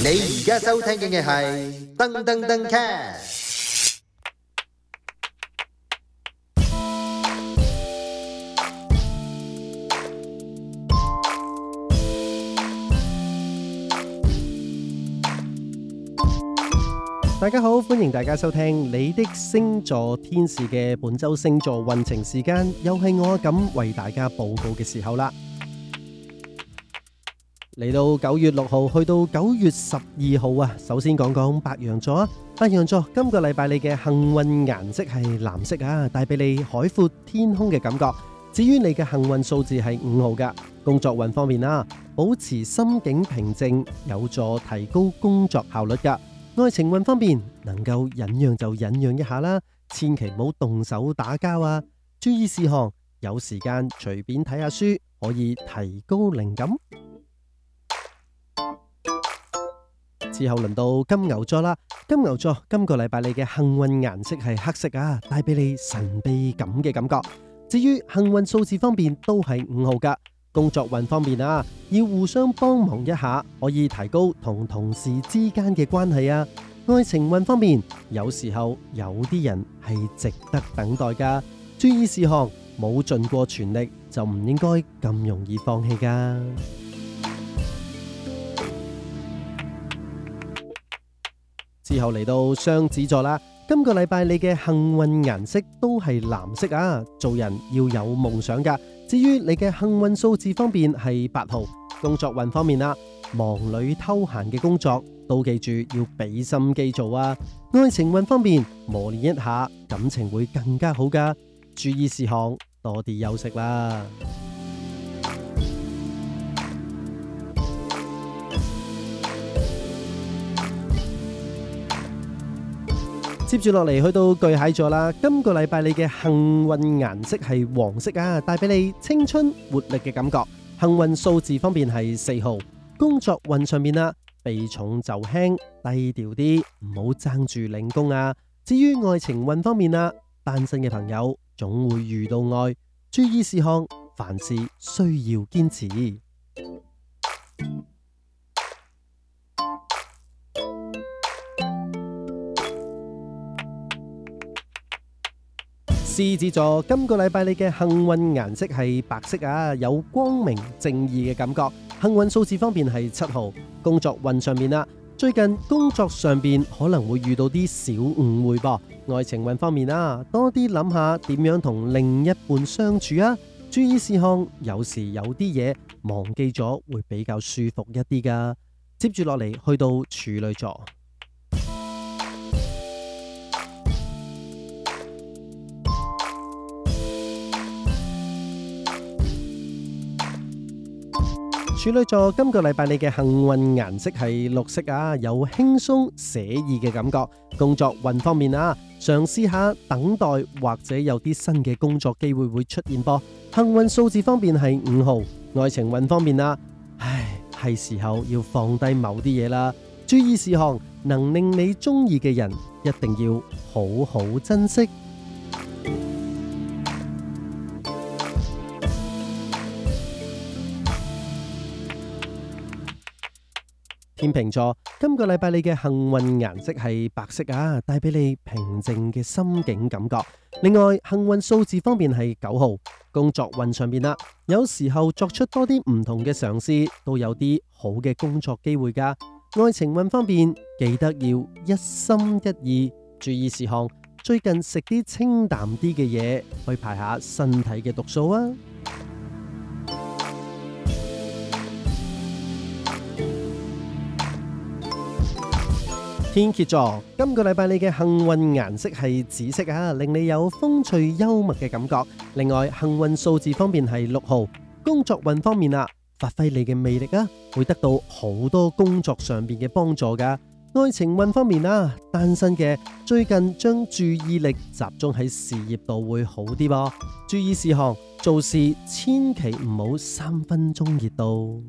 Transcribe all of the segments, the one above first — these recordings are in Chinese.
你而家收聽嘅係噔噔噔 cast。 大家好，歡迎大家收聽你的星座天使嘅本周星座運程時間，又係我咁為大家報告嘅時候啦。嚟到9月6號去到9月12號啊，首先講講白羊座啊。白羊座今個禮拜你嘅幸運顏色係藍色啊，帶俾你海闊天空嘅感覺。至於你嘅幸運數字係5號噶。工作運方面啦，保持心境平靜，有助提高工作效率噶。愛情運方面，能夠忍讓就忍讓一下啦，千祈唔好動手打交啊。注意事項，有時間隨便睇下書，可以提高靈感。之後輪到金牛座啦，金牛座今個禮拜你嘅幸運顏色係黑色啊，帶俾你神秘感嘅感覺。至於幸運數字方面都係5號噶。工作運方面啊，要互相幫忙一下，可以提高同同事之間嘅關係啊。愛情運方面，有時候有啲人係值得等待噶。注意事項，冇盡過全力就唔應該咁容易放棄噶。之後嚟到雙子座啦，今個禮拜你嘅幸運顏色都係藍色啊，做人要有夢想噶。至於你嘅幸運數字方面係8號，工作運方面啦，忙裏偷閒嘅工作都記住要俾心機做啊。愛情運方面，磨練一下感情會更加好噶。注意事項，多啲休息啦。接住落嚟去到巨蟹座啦，今個禮拜你嘅幸運顏色係黃色啊，帶俾你青春活力嘅感覺。幸運數字方面係4號。工作運上面啦，避重就輕，低調啲，唔好爭住領工啊。至於愛情運方面啦，單身嘅朋友總會遇到愛，注意事項，凡事需要堅持。獅子座今個禮拜你嘅幸運顏色係白色啊，有光明正義嘅感覺。幸運數字方面係7號。工作運上面啦，最近工作上邊可能會遇到啲小誤會噃。愛情運方面啦，多啲諗下點樣同另一半相處啊。注意事項，有時有啲嘢忘記咗會比較舒服一啲噶。接住落嚟去到處女座。處女座今個禮拜你嘅幸運顏色係綠色啊，有輕鬆寫意嘅感覺。工作運方面啊，嘗試下等待或者有啲新嘅工作機會會出現噃。幸運數字方面係5號。愛情運方面啊，係時候要放低某啲嘢啦。注意事項，能令你中意嘅人一定要好好珍惜。天秤座今個禮拜你嘅幸運顏色係白色啊，帶俾你平靜嘅心境感覺。另外幸運數字方面係9號。工作運上邊啦，有時候作出多啲唔同嘅嘗試，都有啲好嘅工作機會噶。愛情運方面，記得要一心一意。注意事項，最近食啲清淡啲嘅嘢，去排下身體嘅毒素啊。天蠍座今個禮拜你嘅幸運顏色係紫色啊，令你有風趣幽默嘅感覺。另外幸運數字方面係6號。工作運方面啊，發揮你嘅魅力啊，會得到好多工作上邊嘅幫助噶。愛情運方面啊，單身嘅最近將注意力集中喺事業度會好啲噃。注意事項，做事千祈唔好3分鐘熱度。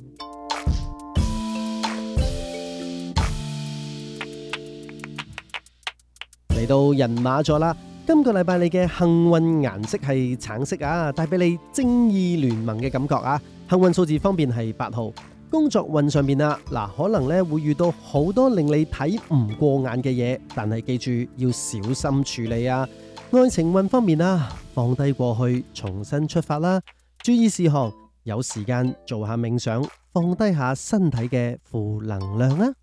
嚟到人馬座啦，今個禮拜你嘅幸運顏色係橙色啊，帶俾你正義聯盟嘅感覺啊。幸運數字方面係8號。 工作運上面啊，可能咧會遇到好多令你睇唔過眼嘅嘢，但係記住要小心處理啊。愛情運方面啊，放低過去，重新出發啦。注意事項，有時間做下冥想，放低下身體嘅負能量啦。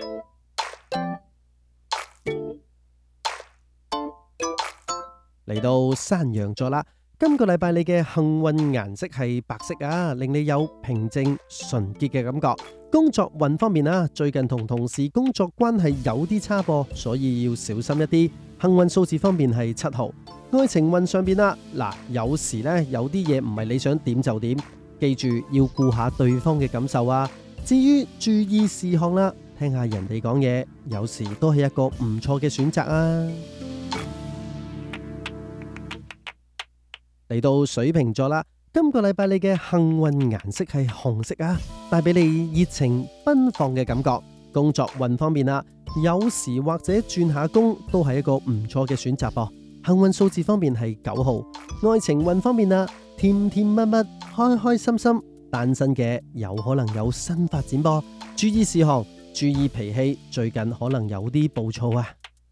嚟到山羊座啦，今個禮拜你嘅幸運顏色係白色啊，令你有平靜純潔嘅感覺。工作運方面啊，最近同同事工作關係有啲差噃，所以要小心一啲。幸運數字方面係7號。愛情運上邊啦，有時呢，有啲嘢唔係你想點就點，記住要顧下對方嘅感受啊。至於注意事項啦，聽下人哋講嘢，有時都係一個唔錯嘅選擇啊。嚟到水瓶座啦，今個禮拜你嘅幸運顏色係紅色啊，帶俾你熱情奔放嘅感覺。工作運方面啊，有時或者轉下工都係一個唔錯嘅選擇噃。幸運數字方面係9號。愛情運方面啊，甜甜蜜蜜，開開心心，單身嘅有可能有新發展噃。注意事項，注意脾氣，最近可能有啲暴躁啊。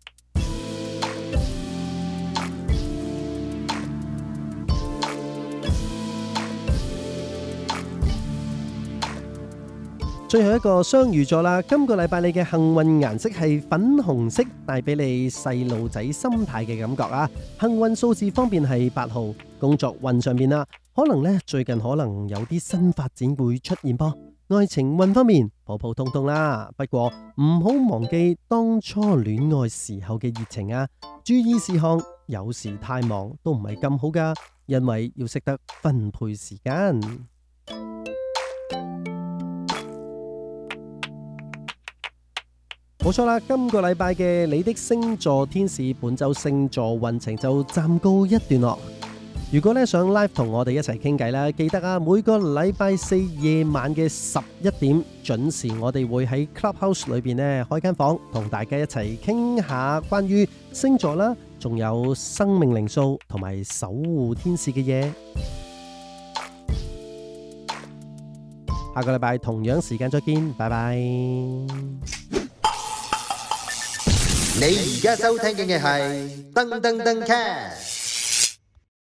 最後一個雙魚座啦，今個禮拜你嘅幸運顏色係粉紅色，帶俾你細路仔心態嘅感覺啊。幸運數字方面係8號。工作運上面啊，可能呢最近可能有啲新發展會出現噃。愛情運方面普普通通啦，不過唔好忘記當初戀愛時候嘅熱情啊。注意事項，有時太忙都唔係咁好噶，因為要識得分配時間。冇錯啦，今個禮拜嘅你的星座天使本周星座運程就暫告一段落。如果咧想 live 同我哋一齊傾偈啦，記得啊，每個禮拜4夜晚嘅11點準時，我哋會喺 Clubhouse 裏邊咧開間房，同大家一齊傾下關於星座啦，仲有生命靈數同埋守護天使嘅嘢。下個禮拜同樣時間再見，拜拜。 你而家收聽嘅係噔噔噔 cast。